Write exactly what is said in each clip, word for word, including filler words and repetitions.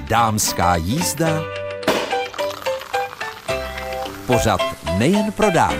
Dámská jízda, pořad nejen pro dámy.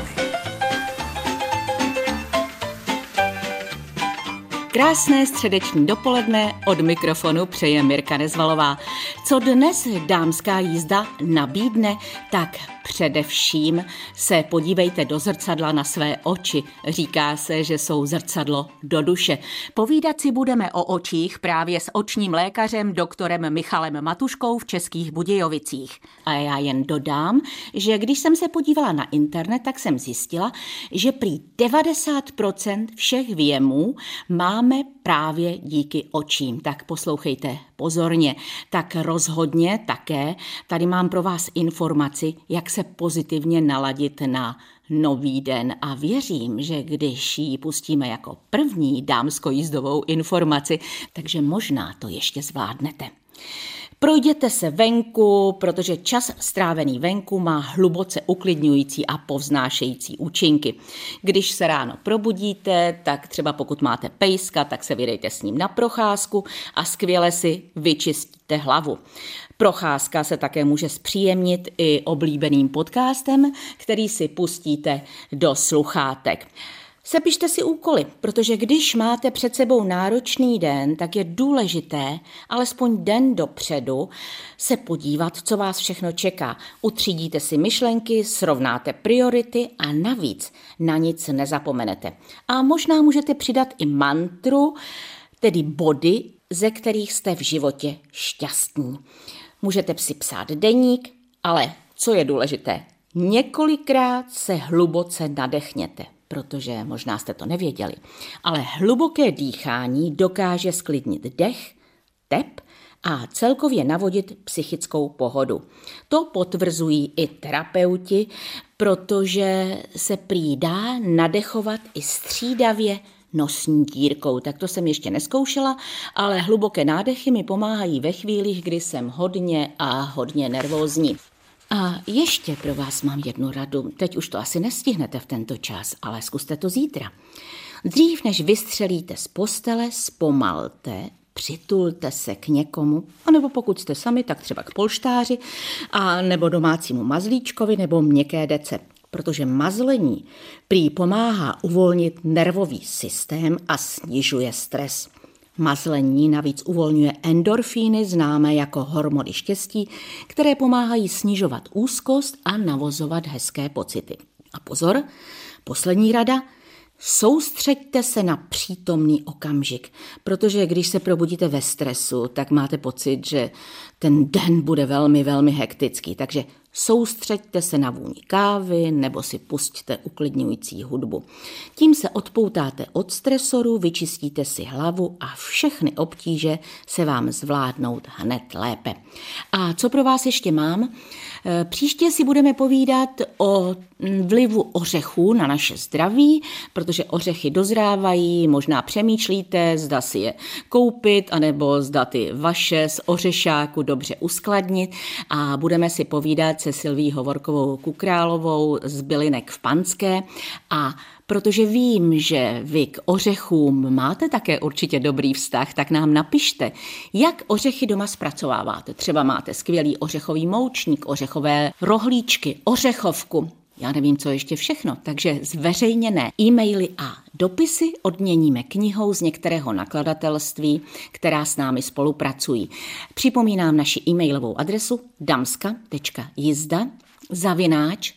Krásné středeční dopoledne, od mikrofonu přeje Mirka Nezvalová. Co dnes dámská jízda nabídne, tak především se podívejte do zrcadla na své oči. Říká se, že jsou zrcadlo do duše. Povídat si budeme o očích právě s očním lékařem doktorem Michalem Matuškou v Českých Budějovicích. A já jen dodám, že když jsem se podívala na internet, tak jsem zjistila, že prý devadesát procent všech věmů máme právě díky očím. Tak poslouchejte pozorně. Tak rozhodně také tady mám pro vás informaci, jak se pozitivně naladit na nový den, a věřím, že když ji pustíme jako první dámsko-jízdovou informaci, takže možná to ještě zvládnete. Projděte se venku, protože čas strávený venku má hluboce uklidňující a povznášející účinky. Když se ráno probudíte, tak třeba pokud máte pejska, tak se vydejte s ním na procházku a skvěle si vyčistíte hlavu. Procházka se také může zpříjemnit i oblíbeným podcastem, který si pustíte do sluchátek. Sepište si úkoly, protože když máte před sebou náročný den, tak je důležité alespoň den dopředu se podívat, co vás všechno čeká. Utřídíte si myšlenky, srovnáte priority a navíc na nic nezapomenete. A možná můžete přidat i mantru, tedy body, ze kterých jste v životě šťastní. Můžete si psát deník, ale co je důležité, několikrát se hluboce nadechněte. Protože možná jste to nevěděli, ale hluboké dýchání dokáže sklidnit dech, tep a celkově navodit psychickou pohodu. To potvrzují i terapeuti, protože se prý dá nadechovat i střídavě nosní dírkou. Tak to jsem ještě neskoušela, ale hluboké nádechy mi pomáhají ve chvílích, kdy jsem hodně a hodně nervózní. A ještě pro vás mám jednu radu. Teď už to asi nestihnete v tento čas, ale zkuste to zítra. Dřív než vystřelíte z postele, zpomalte, přitulte se k někomu, anebo pokud jste sami, tak třeba k polštáři, a nebo domácímu mazlíčkovi nebo měkké dece. Protože mazlení prý pomáhá uvolnit nervový systém a snižuje stres. Mazlení navíc uvolňuje endorfíny, známé jako hormony štěstí, které pomáhají snižovat úzkost a navozovat hezké pocity. A pozor, poslední rada, soustřeďte se na přítomný okamžik, protože když se probudíte ve stresu, tak máte pocit, že ten den bude velmi, velmi hektický. Takže soustřeďte se na vůni kávy nebo si pusťte uklidňující hudbu. Tím se odpoutáte od stresoru, vyčistíte si hlavu a všechny obtíže se vám zvládnout hned lépe. A co pro vás ještě mám? Příště si budeme povídat o vlivu ořechů na naše zdraví, protože ořechy dozrávají, možná přemýšlíte, zda si je koupit, anebo zda ty vaše z ořešáku dobře uskladnit, a budeme si povídat se Silví Hovorkovou Kukrálovou z Bylinek v Panské. A protože vím, že vy k ořechům máte také určitě dobrý vztah, tak nám napište, jak ořechy doma zpracováváte. Třeba máte skvělý ořechový moučník, ořechové rohlíčky, ořechovku. Já nevím, co ještě všechno, takže zveřejněné e-maily a dopisy odměníme knihou z některého nakladatelství, která s námi spolupracují. Připomínám naši e-mailovou adresu damska.jizda zavináč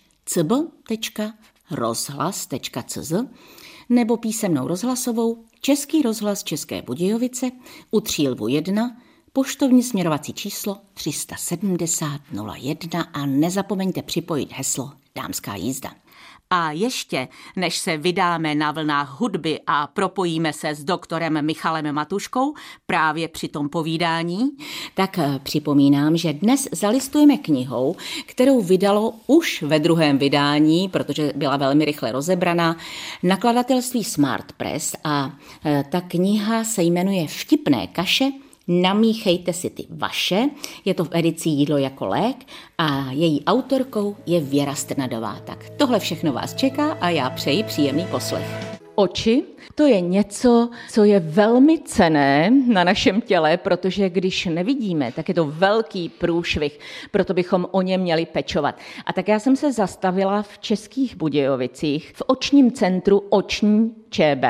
cb.rozhlas.cz nebo písemnou rozhlasovou Český rozhlas České Budějovice u Třílvu jedna, poštovní směrovací číslo tři sedmdesát nula jedna a nezapomeňte připojit heslo Dámská jízda. A ještě, než se vydáme na vlnách hudby a propojíme se s doktorem Michalem Matuškou právě při tom povídání, tak připomínám, že dnes zalistujeme knihou, kterou vydalo už ve druhém vydání, protože byla velmi rychle rozebraná, nakladatelství Smart Press, a ta kniha se jmenuje Vtipné kaše, namíchejte si ty vaše, je to v edici Jídlo jako lék a její autorkou je Věra Strnadová. Tak tohle všechno vás čeká a já přeji příjemný poslech. oči. To je něco, co je velmi cenné na našem těle, protože když nevidíme, tak je to velký průšvih, proto bychom o ně měli pečovat. A tak já jsem se zastavila v Českých Budějovicích v očním centru Oční ČB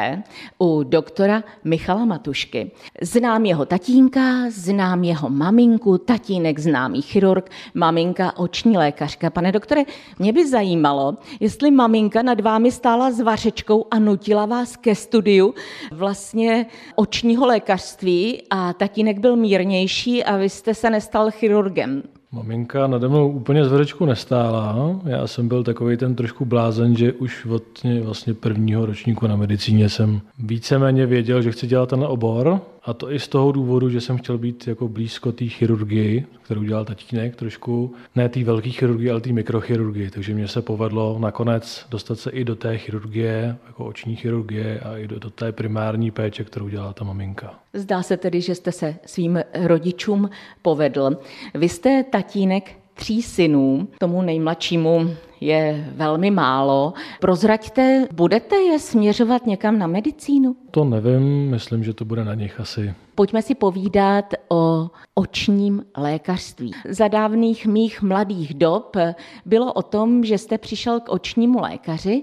u doktora Michala Matušky. Znám jeho tatínka, znám jeho maminku, tatínek známý chirurg, maminka oční lékařka. Pane doktore, mě by zajímalo, jestli maminka nad vámi stála s vařečkou a nutila vás ke studiu vlastně očního lékařství a tatínek byl mírnější a vy jste se nestal chirurgem. Maminka nade mnou úplně z vařečku nestála. Já jsem byl takovej ten trošku blázen, že už od vlastně prvního ročníku na medicíně jsem víceméně věděl, že chci dělat ten obor. A to i z toho důvodu, že jsem chtěl být jako blízko té chirurgii, kterou dělal tatínek trošku. Ne té velké chirurgie, ale té mikrochirurgie. Takže mně se povedlo nakonec dostat se i do té chirurgie, jako oční chirurgie a i do, do té primární péče, kterou dělala ta maminka. Zdá se tedy, že jste se svým rodičům povedl. Vy jste tatínek tří synů, tomu nejmladšímu je velmi málo. Prozraďte, budete je směřovat někam na medicínu? To nevím, myslím, že to bude na nich asi. Pojďme si povídat o očním lékařství. Za dávných mých mladých dob bylo o tom, že jste přišel k očnímu lékaři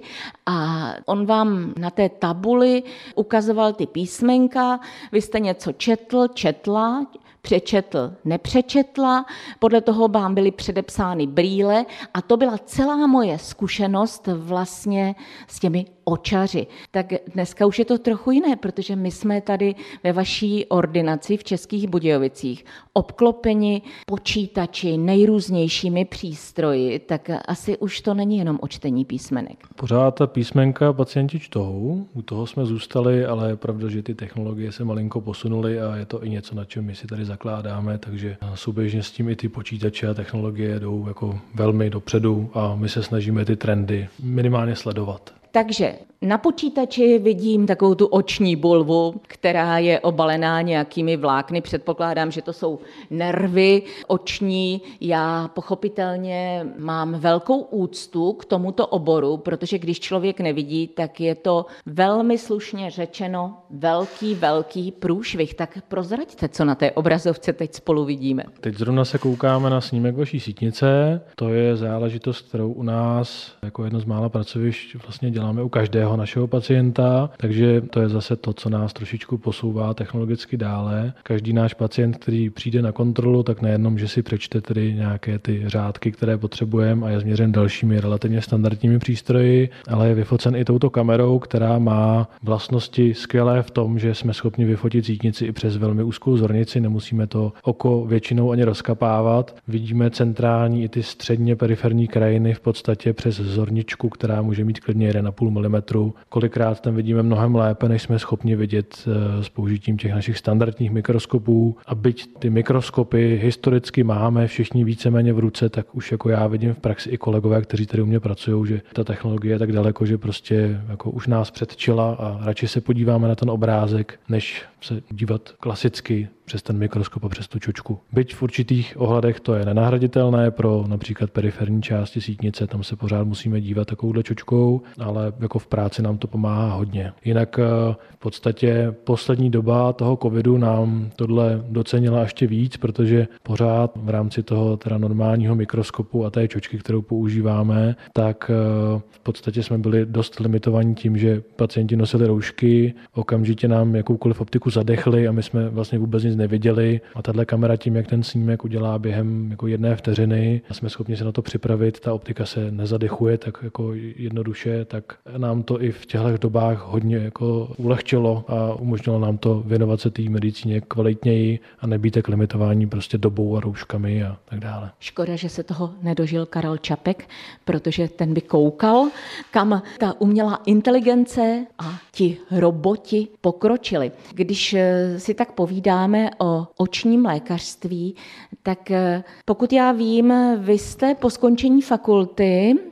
a on vám na té tabuli ukazoval ty písmenka, vy jste něco četl, četla, přečetl, nepřečetla, podle toho vám byly předepsány brýle a to byla celá moje zkušenost vlastně s těmi očaři. Tak dneska už je to trochu jiné, protože my jsme tady ve vaší ordinaci v Českých Budějovicích obklopeni počítači, nejrůznějšími přístroji, tak asi už to není jenom o čtení písmenek. Pořád ta písmenka pacienti čtou, u toho jsme zůstali, ale je pravda, že ty technologie se malinko posunuly a je to i něco, na čem my si tady zakládáme, takže souběžně s tím i ty počítače a technologie jdou jako velmi dopředu a my se snažíme ty trendy minimálně sledovat. Takže na počítači vidím takovou tu oční bulvu, která je obalená nějakými vlákny. Předpokládám, že to jsou nervy oční. Já pochopitelně mám velkou úctu k tomuto oboru, protože když člověk nevidí, tak je to velmi slušně řečeno velký, velký průšvih. Tak prozraďte, co na té obrazovce teď spolu vidíme. Teď zrovna se koukáme na snímek vaší sítnice. To je záležitost, kterou u nás jako jedno z mála pracovišť vlastně děláme u každého našeho pacienta, takže to je zase to, co nás trošičku posouvá technologicky dále. Každý náš pacient, který přijde na kontrolu, tak nejenom, že si přečte tedy nějaké ty řádky, které potřebujeme a je změřen dalšími relativně standardními přístroji, ale je vyfocen i touto kamerou, která má vlastnosti skvělé v tom, že jsme schopni vyfotit sítnici i přes velmi úzkou zornici, nemusíme to oko většinou ani rozkapávat. Vidíme centrální i ty středně periferní krajiny v podstatě přes zorničku, která může mít klidně jeden a půl milimetru. Kolikrát tam vidíme mnohem lépe, než jsme schopni vidět s použitím těch našich standardních mikroskopů. A byť ty mikroskopy historicky máme všichni víceméně v ruce, tak už jako já vidím v praxi i kolegové, kteří tady u mě pracují, že ta technologie je tak daleko, že prostě jako už nás předčila a radši se podíváme na ten obrázek, než se dívat klasicky přes ten mikroskop a přes tu čočku. Byť v určitých ohledech to je nenahraditelné pro například periferní části sítnice, tam se pořád musíme dívat takovouhle čočkou, ale jako v práci nám to pomáhá hodně. Jinak v podstatě poslední doba toho covidu nám tohle docenila ještě víc, protože pořád v rámci toho teda normálního mikroskopu a té čočky, kterou používáme, tak v podstatě jsme byli dost limitovaní tím, že pacienti nosili roušky, okamžitě nám jakoukoliv optiku zadechli a my jsme vlastně vůbec nic neviděli. A tahle kamera tím, jak ten snímek udělá během jako jedné vteřiny, a jsme schopni se na to připravit, ta optika se nezadechuje tak jako jednoduše, tak nám to i v těchto dobách hodně jako ulehčilo a umožnilo nám to věnovat se té medicíně kvalitněji a nebýt tak limitování prostě dobou a rouškami a tak dále. Škoda, že se toho nedožil Karel Čapek, protože ten by koukal, kam ta umělá inteligence a ti roboti pokročili. Když si tak povídáme o očním lékařství, tak pokud já vím, vy jste po skončení fakulty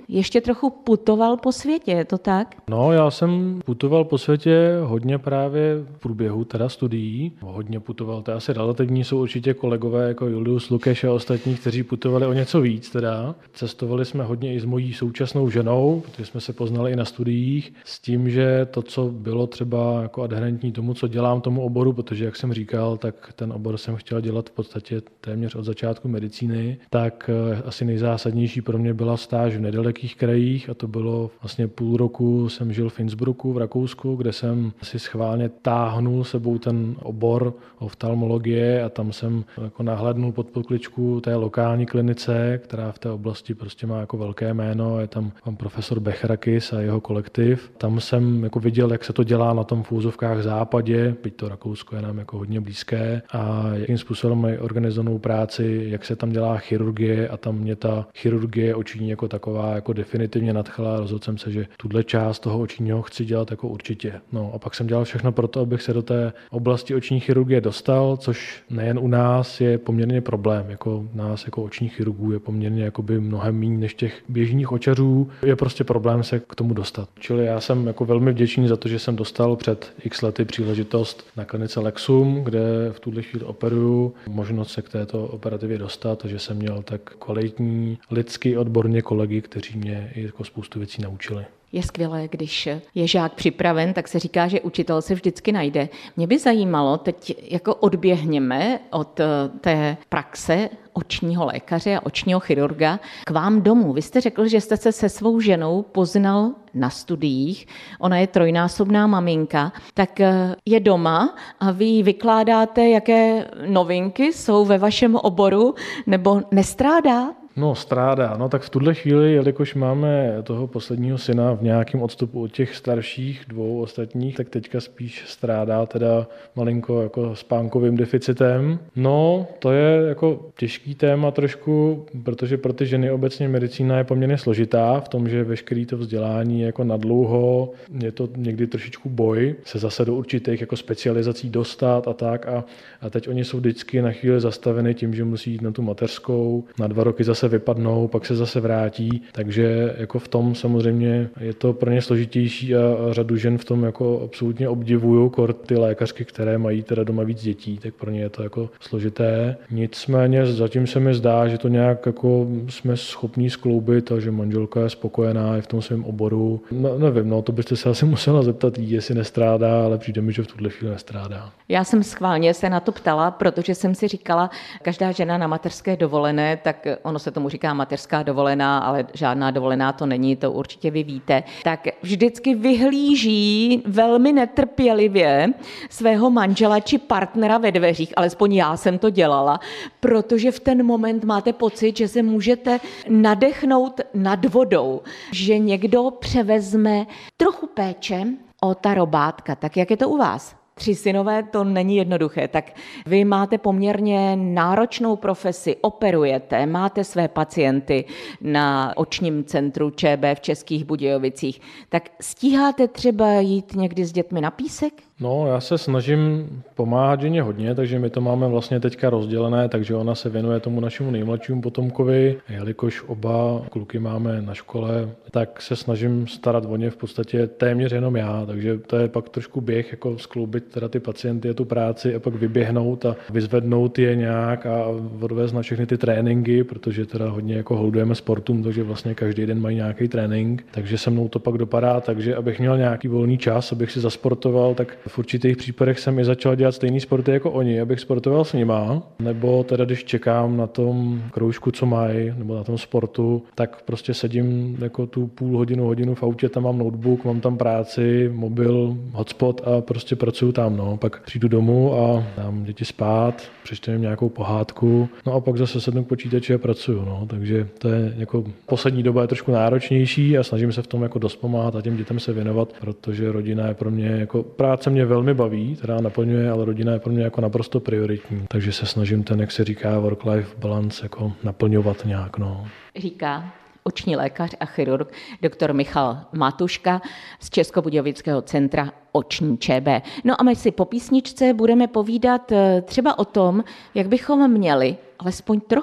ještě trochu putoval po světě, je to tak? No, já jsem putoval po světě hodně právě v průběhu teda studií. Hodně putoval, to je asi relativní, jsou určitě kolegové jako Julius Lukeš a ostatní, kteří putovali o něco víc teda. Cestovali jsme hodně i s mojí současnou ženou, protože jsme se poznali i na studiích, s tím, že to, co bylo třeba jako adherentní tomu, co dělám tomu oboru, protože jak jsem říkal, tak ten obor jsem chtěl dělat v podstatě téměř od začátku medicíny, tak asi nejzásadnější pro mě byla stáž v nedalekých krajích a to bylo vlastně půl roku jsem žil v Innsbrucku v Rakousku, kde jsem si schválně táhnul sebou ten obor oftalmologie a tam jsem jako nahlédnul pod pokličku té lokální klinice, která v té oblasti prostě má jako velké jméno, je tam pan profesor Bechrakis a jeho kolektiv. Tam jsem jako viděl, jak se to dělá na tom v úzovkách západě, byť to Rakousko je nám jako hodně blízké a jakým způsobem mají organizovanou práci, jak se tam dělá chirurgie a tam mě ta chirurgie oční jako taková jako definitivně nadchla. Rozhodl jsem se, že tuhle část toho očního chci dělat jako určitě. No a pak jsem dělal všechno pro to, abych se do té oblasti oční chirurgie dostal, což nejen u nás je poměrně problém. Jako nás jako očních chirurgů je poměrně jakoby mnohem méně než těch běžných očařů. Je prostě problém se k tomu dostat. Čili já jsem jako velmi vděčný za to, že jsem dostal před x lety příležitost na klinice Lexum, kde v tuhle chvíli operuju, možnost se k této operativě dostat, že jsem měl tak kvalitní lidský odborně kolegy, kteří mě i jako spoustu věcí naučili. Je skvělé, když je žák připraven, tak se říká, že učitel se vždycky najde. Mě by zajímalo, teď jako odběhněme od té praxe očního lékaře a očního chirurga k vám domů. Vy jste řekl, že jste se se svou ženou poznal na studiích. Ona je trojnásobná maminka, tak je doma a vy jí vykládáte, jaké novinky jsou ve vašem oboru, nebo nestrádá? No, strádá. No tak v tuhle chvíli, jelikož máme toho posledního syna v nějakém odstupu od těch starších dvou ostatních, tak teďka spíš strádá teda malinko jako spánkovým deficitem. No, to je jako těžký téma trošku, protože pro ty ženy obecně medicína je poměrně složitá v tom, že veškerý to vzdělání jako nadlouho, je to někdy trošičku boj se zase do určitých jako specializací dostat a tak a, a teď oni jsou vždycky na chvíli zastaveny tím, že musí jít na tu mateřskou, na dva roky zase vypadnou, pak se zase vrátí, takže jako v tom samozřejmě je to pro ně složitější a řadu žen v tom jako absolutně obdivuju, kor ty lékařky, které mají teda doma víc dětí, tak pro ně je to jako složité. Nicméně zatím se mi zdá, že to nějak jako jsme schopní skloubit a že manželka je spokojená i v tom svém oboru. No, nevím, no to byste se asi musela zeptat jí, jestli nestrádá, ale přijde mi, že v tuhle chvíli nestrádá. Já jsem schválně se na to ptala, protože jsem si říkala, každá žena na mateřské dovolené, tak ono se tomu říká mateřská dovolená, ale žádná dovolená to není, to určitě vy víte, tak vždycky vyhlíží velmi netrpělivě svého manžela či partnera ve dveřích, alespoň já jsem to dělala, protože v ten moment máte pocit, že se můžete nadechnout nad vodou, že někdo převezme trochu péče o ta robátka. Tak jak je to u vás? Tři synové, to není jednoduché, tak vy máte poměrně náročnou profesi, operujete, máte své pacienty na očním centru ČB v Českých Budějovicích, tak stíháte třeba jít někdy s dětmi na písek? No, já se snažím pomáhat ženě hodně, takže my to máme vlastně teďka rozdělené, takže ona se věnuje tomu našemu nejmladšímu potomkovi, jelikož oba kluky máme na škole, tak se snažím starat o ně v podstatě téměř jenom já, takže to je pak trošku běh, jako skloubit teda ty pacienty a tu práci a pak vyběhnout a vyzvednout je nějak a odvést na všechny ty tréninky, protože teda hodně jako holdujeme sportům, takže vlastně každý den mají nějaký trénink, takže se mnou to pak dopadá, takže abych měl nějaký volný čas, abych si zasportoval, tak v určitých případech jsem i začal dělat stejný sporty jako oni, abych sportoval s nima, nebo teda když čekám na tom kroužku, co mají, nebo na tom sportu, tak prostě sedím jako tu půl hodinu, hodinu v autě, tam mám notebook, mám tam práci, mobil, hotspot a prostě pracuju tam, no. Pak přijdu domů a dám děti spát, přečteme nějakou pohádku, no a pak zase sednu k počítači a pracuju, no. Takže to je jako poslední doba je trošku náročnější a snažím se v tom jako dost pomáhat a těm dětem se věnovat, protože rodina je pro mě jako práce mě velmi baví, teda naplňuje, ale rodina je pro mě jako naprosto prioritní. Takže se snažím ten, jak se říká, work-life balance jako naplňovat nějak, no. Říká oční lékař a chirurg doktor Michal Matuška z Českobudějovického centra Oční ČB. No a my si po písničce budeme povídat třeba o tom, jak bychom měli alespoň trochu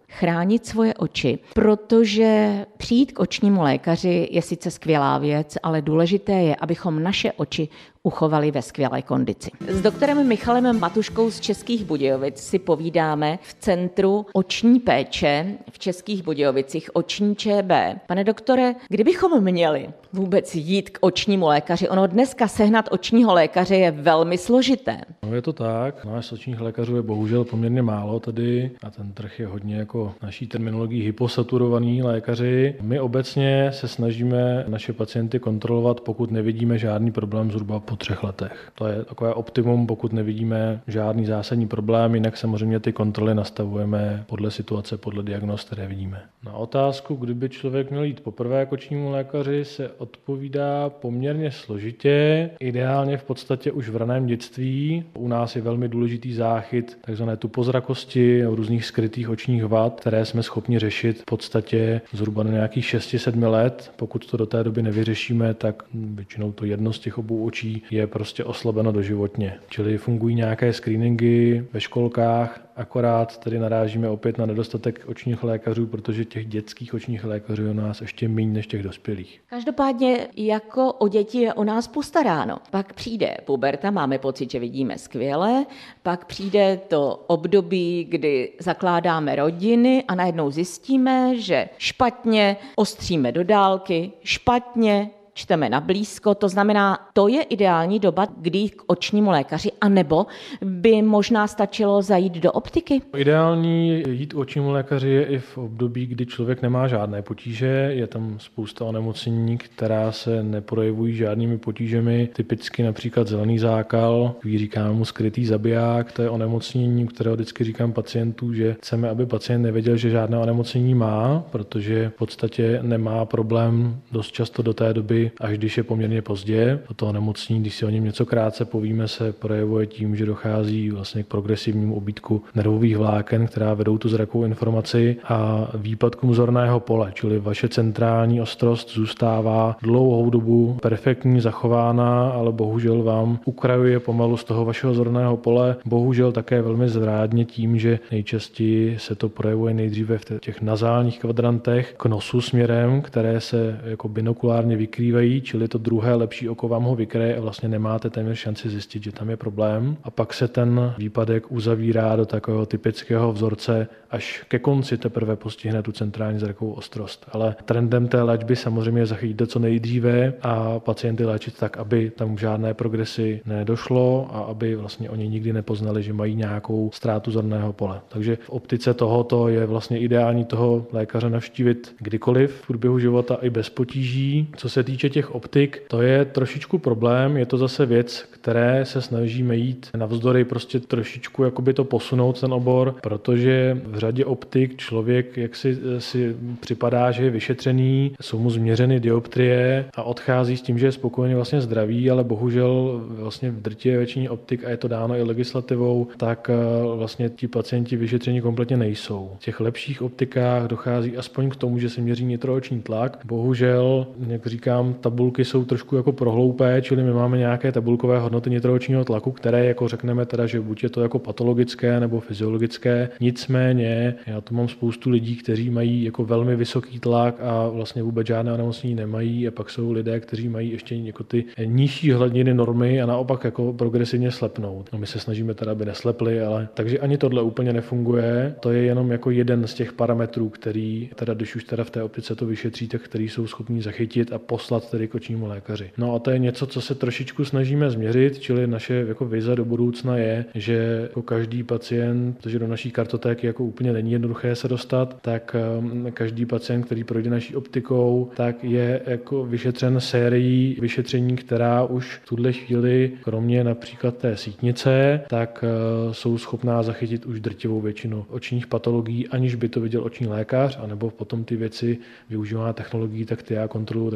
chránit svoje oči, protože přijít k očnímu lékaři je sice skvělá věc, ale důležité je, abychom naše oči uchovali ve skvělé kondici. S doktorem Michalem Matuškou z Českých Budějovic si povídáme v Centru oční péče v Českých Budějovicích oční ČB. Pane doktore, kdybychom měli vůbec jít k očnímu lékaři? Ono dneska sehnat očního lékaře je velmi složité. No je to tak. Náš očních lékařů je bohužel poměrně málo tady a ten trh je hodně jako naší terminologií hyposaturovaný lékaři. My obecně se snažíme naše pacienty kontrolovat, pokud nevidíme žádný problém zhruba po třech letech. To je takové optimum, pokud nevidíme žádný zásadní problém, jinak samozřejmě ty kontroly nastavujeme podle situace, podle diagnóz, které vidíme. Na otázku, kdyby člověk měl jít poprvé k očnímu lékaři, se odpovídá poměrně složitě, ideálně v podstatě už v raném dětství. U nás je velmi důležitý záchyt takzvané tupozrakosti a různých skrytých očních vad, které jsme schopni řešit v podstatě zhruba na nějakých šest sedm let. Pokud to do té doby nevyřešíme, tak většinou to jedno z těch obou očí je prostě oslabeno doživotně. Čili fungují nějaké screeningy ve školkách, akorát tady narážíme opět na nedostatek očních lékařů, protože těch dětských očních lékařů je u nás ještě méně než těch dospělých. Každopádně jako o děti je o nás postaráno. Pak přijde puberta, máme pocit, že vidíme skvěle, pak přijde to období, kdy zakládáme rodiny a najednou zjistíme, že špatně ostříme do dálky, špatně čteme na blízko, to znamená, to je ideální doba, kdy jít k očnímu lékaři, anebo by možná stačilo zajít do optiky? Ideální jít k očnímu lékaři je i v období, kdy člověk nemá žádné potíže, je tam spousta onemocnění, která se neprojevují žádnými potížemi, typicky například zelený zákal, který říkáme mu skrytý zabiják, to je onemocnění, kterého vždycky říkám pacientů, že chceme, aby pacient nevěděl, že žádné onemocnění má, protože v podstatě nemá problém dost často do té doby, až když je poměrně pozdě. Toto onemocnění, když si o něm něco krátce povíme, se projevuje tím, že dochází vlastně k progresivnímu obítku nervových vláken, která vedou tu zrakovou informaci a výpadkům zorného pole, čili vaše centrální ostrost zůstává dlouhou dobu perfektní, zachována, ale bohužel vám ukrajuje pomalu z toho vašeho zorného pole. Bohužel také velmi zrádně tím, že nejčastěji se to projevuje nejdříve v těch nazálních kvadrantech k nosu směrem, které se jako binokulárně vykrývají, čili to druhé lepší oko vám ho vykryje a vlastně nemáte téměř šanci zjistit, že tam je problém. A pak se ten výpadek uzavírá do takového typického vzorce, až ke konci teprve postihne tu centrální zrakovou ostrost. Ale trendem té léčby samozřejmě je zachytit to co nejdříve a pacienty léčit tak, aby tam k žádné progresi nedošlo a aby vlastně oni nikdy nepoznali, že mají nějakou ztrátu zorného pole. Takže v optice tohoto je vlastně ideální toho lékaře navštívit kdykoliv v průběhu života i bez potíží. Co se týče těch optik, to je trošičku problém, je to zase věc, které se snažíme jít navzdory prostě trošičku jakoby to posunout ten obor, protože v řadě optik člověk jak si, si připadá, že je vyšetřený, jsou mu změřeny dioptrie a odchází s tím, že je spokojeně vlastně zdravý, ale bohužel vlastně v drtivé většině optik, a je to dáno i legislativou, tak vlastně ti pacienti vyšetření kompletně nejsou. V těch lepších optikách dochází aspoň k tomu, že se měří nitrooční tlak. Bohužel, jak říkám, tabulky jsou trošku jako prohloupé, čili my máme nějaké tabulkové hodnoty nitroočního tlaku, které jako řekneme teda, že buď je to jako patologické nebo fyziologické. Nicméně já tu mám spoustu lidí, kteří mají jako velmi vysoký tlak a vlastně vůbec žádné onemocnění nemají, a pak jsou lidé, kteří mají ještě jako ty nižší hladiny normy a naopak jako progresivně slepnou. No, my se snažíme teda, aby neslepli, ale takže ani tohle úplně nefunguje. To je jenom jako jeden z těch parametrů, který teda, když už teda v té optice to vyšetří, tak který jsou schopní zachytit a poslat tedy k očnímu lékaři. No a to je něco, co se trošičku snažíme změřit, čili naše jako vize do budoucna je, že jako každý pacient, protože do naší kartotéky jako úplně není jednoduché se dostat, tak každý pacient, který projde naší optikou, tak je jako vyšetřen sérií vyšetření, která už v tuhle chvíli, kromě například té sítnice, tak jsou schopná zachytit už drtivou většinu očních patologií, aniž by to viděl oční lékař, anebo potom ty věci využívá technologií, tak ty já kontroluji takzvaně distančně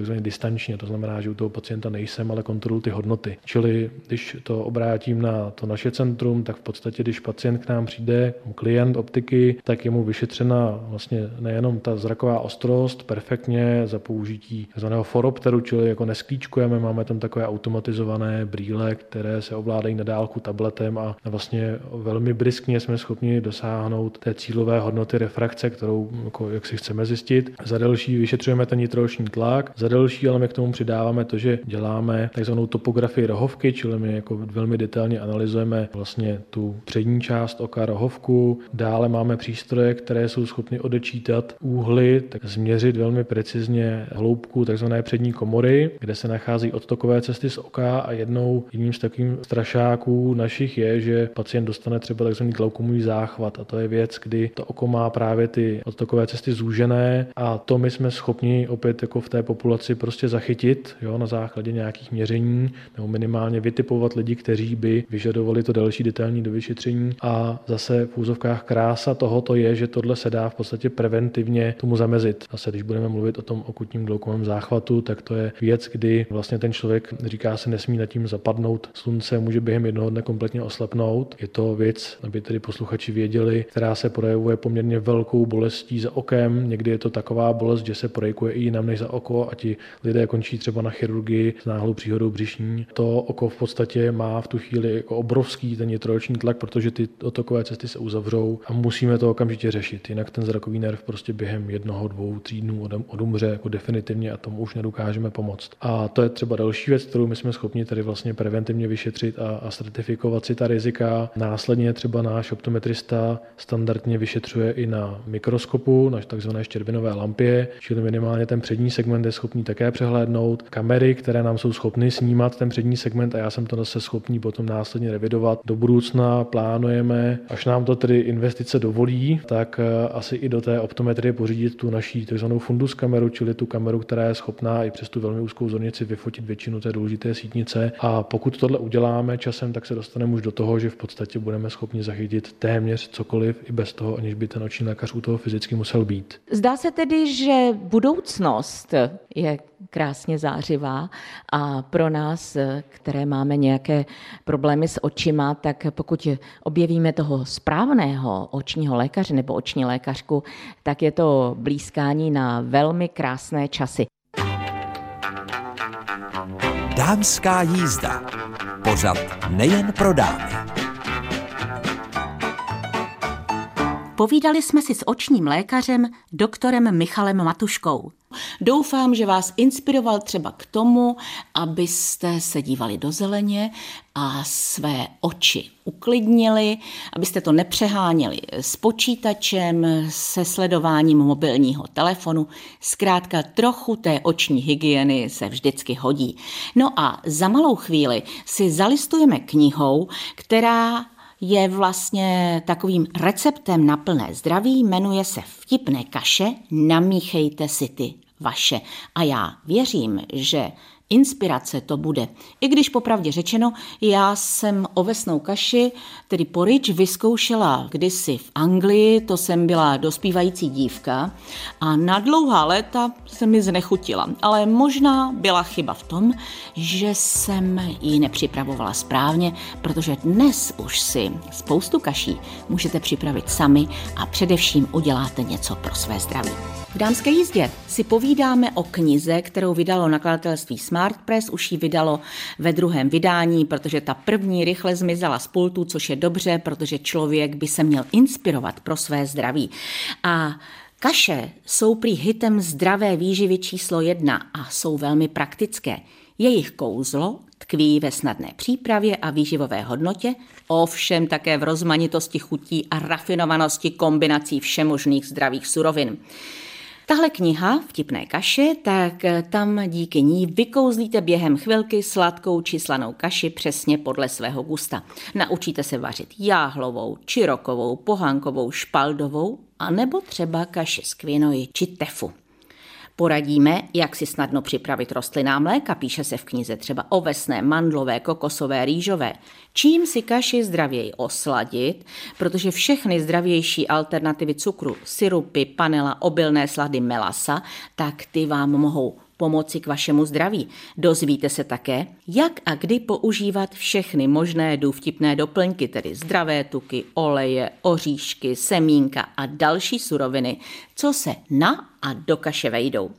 distančně, to znamená, že u toho pacienta nejsem, ale kontroluji ty hodnoty. Čili když to obrátím na to naše centrum, tak v podstatě, když pacient k nám přijde, klient optiky, tak je mu vyšetřena vlastně nejenom ta zraková ostrost perfektně za použití takzvaného foropteru, čili jako nesklíčkujeme, máme tam takové automatizované brýle, které se ovládají na dálku tabletem a vlastně velmi briskně jsme schopni dosáhnout té cílové hodnoty refrakce, kterou jako, jak si chceme zjistit. Za další vyšetřujeme ten nitrooční tlak, za další ale my k tomu přidáváme to, že děláme takzvanou topografii rohovky, čili my jako velmi detailně analyzujeme vlastně tu přední část oka, rohovku. Dále máme přístroje, které jsou schopny odečítat úhly, tak změřit velmi precizně hloubku takzvané přední komory, kde se nachází odtokové cesty z oka a jednou jedním z takových strašáků našich je, že pacient dostane třeba takzvaný glaukomový záchvat a to je věc, kdy to oko má právě ty odtokové cesty zúžené a to my jsme schopni opět jako v té populaci prostě zachytit, jo, na základě nějakých měření nebo minimálně vytipovat lidi, kteří by vyžadovali to další detailní dovyšetření a zase v úzovkách krása tohoto je, že tohle se dá v podstatě preventivně tomu zamezit. Zase když budeme mluvit o tom akutním glaukomovém záchvatu, tak to je věc, kdy vlastně ten člověk, říká se, nesmí nad tím zapadnout slunce, může během jednoho dne kompletně oslepnout. Je to věc, aby tedy posluchači věděli, která se projevuje poměrně velkou bolestí za okem. Někdy je to taková bolest, že se projevuje i jinam než za oko a ti lidé končí třeba na chirurgii s náhlou příhodou břišní. To oko v podstatě má v tu chvíli jako obrovský ten nitrooční tlak, protože ty odtokové cesty se uzavřou a musíme to okamžitě řešit. Jinak ten zrakový nerv prostě během jednoho, dvou, tří dnů odumře jako definitivně a tomu už nedokážeme pomoct. A to je třeba další věc, kterou my jsme schopni tady vlastně preventivně vyšetřit a, a stratifikovat si ta rizika. Následně třeba náš optometrista standardně vyšetřuje i na mikroskopu, na takzvané štěrbinové lampě, čili minimálně ten přední segment je schopný také přehlédnout. Kamery, které nám jsou schopny snímat ten přední segment a já jsem to zase schopný potom následně revidovat. Do budoucna plánujeme, až nám to tedy investice dovolí, tak asi i do té optometrie pořídit tu naší takzvanou fundus kameru, čili tu kameru, která je schopná i přes tu velmi úzkou zornici vyfotit většinu té důležité sítnice. A pokud tohle uděláme časem, tak se dostaneme už do toho, že v podstatě budeme schopni zachytit téměř cokoliv i bez toho, aniž by ten oční lékař u toho fyzicky musel být. Zdá se tedy, že budoucnost je krásně zářivá a pro nás, které máme nějaké problémy s očima, tak pokud objevíme toho správného očního lékaře nebo oční lékařku, tak je to blýskání na velmi krásné časy. Dámská jízda. Pořad nejen pro dámy. Povídali jsme si s očním lékařem doktorem Michalem Matuškou. Doufám, že vás inspiroval třeba k tomu, abyste se dívali do zeleně a své oči uklidnili, abyste to nepřeháněli s počítačem, se sledováním mobilního telefonu. Zkrátka trochu té oční hygieny se vždycky hodí. No a za malou chvíli si zalistujeme knihou, která je vlastně takovým receptem na plné zdraví, jmenuje se Vtipné kaše, namíchejte si ty vaše. A já věřím, že inspirace to bude. I když popravdě řečeno, já jsem ovesnou kaši, tedy porridge, vyzkoušela kdysi v Anglii, to jsem byla dospívající dívka a na dlouhá léta se mi znechutila. Ale možná byla chyba v tom, že jsem ji nepřipravovala správně, protože dnes už si spoustu kaší můžete připravit sami a především uděláte něco pro své zdraví. V dámské jízdě si povídáme o knize, kterou vydalo nakladatelství Smart Press, už ji vydalo ve druhém vydání, protože ta první rychle zmizela z pultu, což je dobře, protože člověk by se měl inspirovat pro své zdraví. A kaše jsou prý hitem zdravé výživy číslo jedna a jsou velmi praktické. Jejich kouzlo tkví ve snadné přípravě a výživové hodnotě, ovšem také v rozmanitosti chutí a rafinovanosti kombinací všemožných zdravých surovin. Tahle kniha, Vtipné kaše, tak tam díky ní vykouzlíte během chvilky sladkou či slanou kaši přesně podle svého gusta. Naučíte se vařit jáhlovou, čirokovou, pohankovou, špaldovou a nebo třeba kaši z kvinoji či tefu. Poradíme, jak si snadno připravit rostlinná mléka, píše se v knize třeba ovesné, mandlové, kokosové, rýžové. Čím si kaši zdravěji osladit, protože všechny zdravější alternativy cukru, sirupy, panela, obilné slady, melasa, tak ty vám mohou pomoci k vašemu zdraví. Dozvíte se také, jak a kdy používat všechny možné důvtipné doplňky, tedy zdravé tuky, oleje, oříšky, semínka a další suroviny, co se na a do kaše vejdou.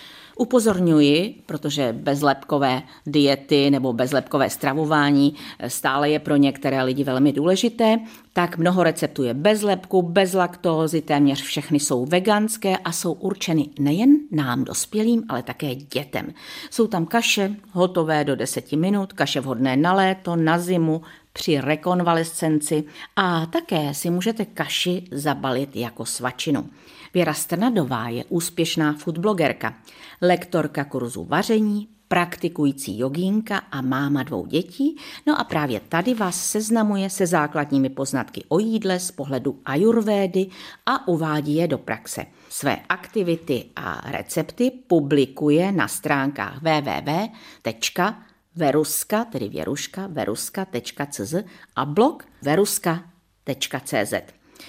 Upozorňuji, protože bezlepkové diety nebo bezlepkové stravování stále je pro některé lidi velmi důležité, tak mnoho receptů je bez lepku, bez laktózy, téměř všechny jsou veganské a jsou určeny nejen nám dospělým, ale také dětem. Jsou tam kaše hotové do deseti minut, kaše vhodné na léto, na zimu, při rekonvalescenci a také si můžete kaši zabalit jako svačinu. Věra Strnadová je úspěšná foodblogerka, lektorka kurzu vaření, praktikující jogínka a máma dvou dětí, no a právě tady vás seznamuje se základními poznatky o jídle z pohledu ajurvédy a uvádí je do praxe. Své aktivity a recepty publikuje na stránkách w w w tečka veruska, tedy věruška, veruska tečka c z a blog veruska tečka c z.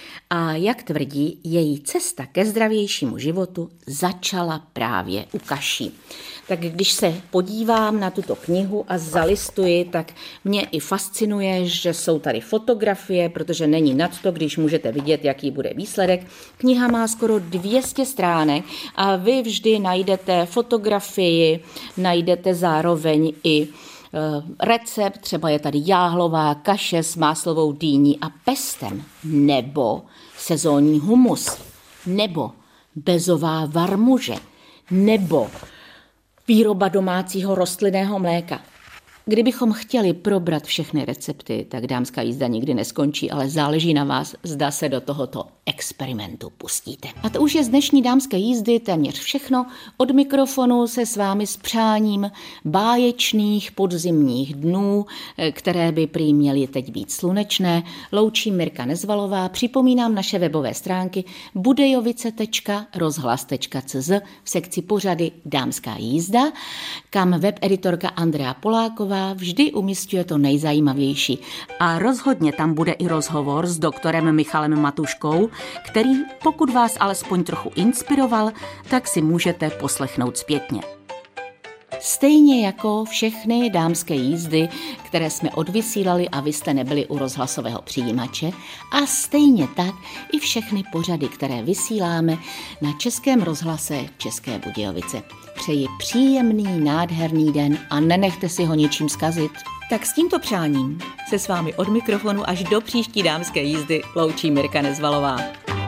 A jak tvrdí, její cesta ke zdravějšímu životu začala právě u kaší. Tak když se podívám na tuto knihu a zalistuji, tak mě i fascinuje, že jsou tady fotografie, protože není nad to, když můžete vidět, jaký bude výsledek. Kniha má skoro dvě stě stránek a vy vždy najdete fotografii, najdete zároveň i recept, třeba je tady jáhlová kaše s máslovou dýní a pestem, nebo sezónní humus, nebo bezová varmuže, nebo výroba domácího rostlinného mléka. Kdybychom chtěli probrat všechny recepty, tak dámská jízda nikdy neskončí, ale záleží na vás, zda se do tohoto experimentu pustíte. A to už je z dnešní dámské jízdy téměř všechno. Od mikrofonu se s vámi s přáním báječných podzimních dnů, které by prý měly teď být slunečné, loučí Mirka Nezvalová. Připomínám naše webové stránky budejovice tečka rozhlas tečka c z v sekci pořady Dámská jízda, kam webeditorka Andrea Poláková vždy umísťuje to nejzajímavější. A rozhodně tam bude i rozhovor s doktorem Michalem Matuškou, který, pokud vás alespoň trochu inspiroval, tak si můžete poslechnout zpětně. Stejně jako všechny dámské jízdy, které jsme odvysílali a vy jste nebyli u rozhlasového přijímače, a stejně tak i všechny pořady, které vysíláme na Českém rozhlase České Budějovice. Přeji příjemný, nádherný den a nenechte si ho ničím zkazit. Tak s tímto přáním se s vámi od mikrofonu až do příští dámské jízdy loučí Mirka Nezvalová.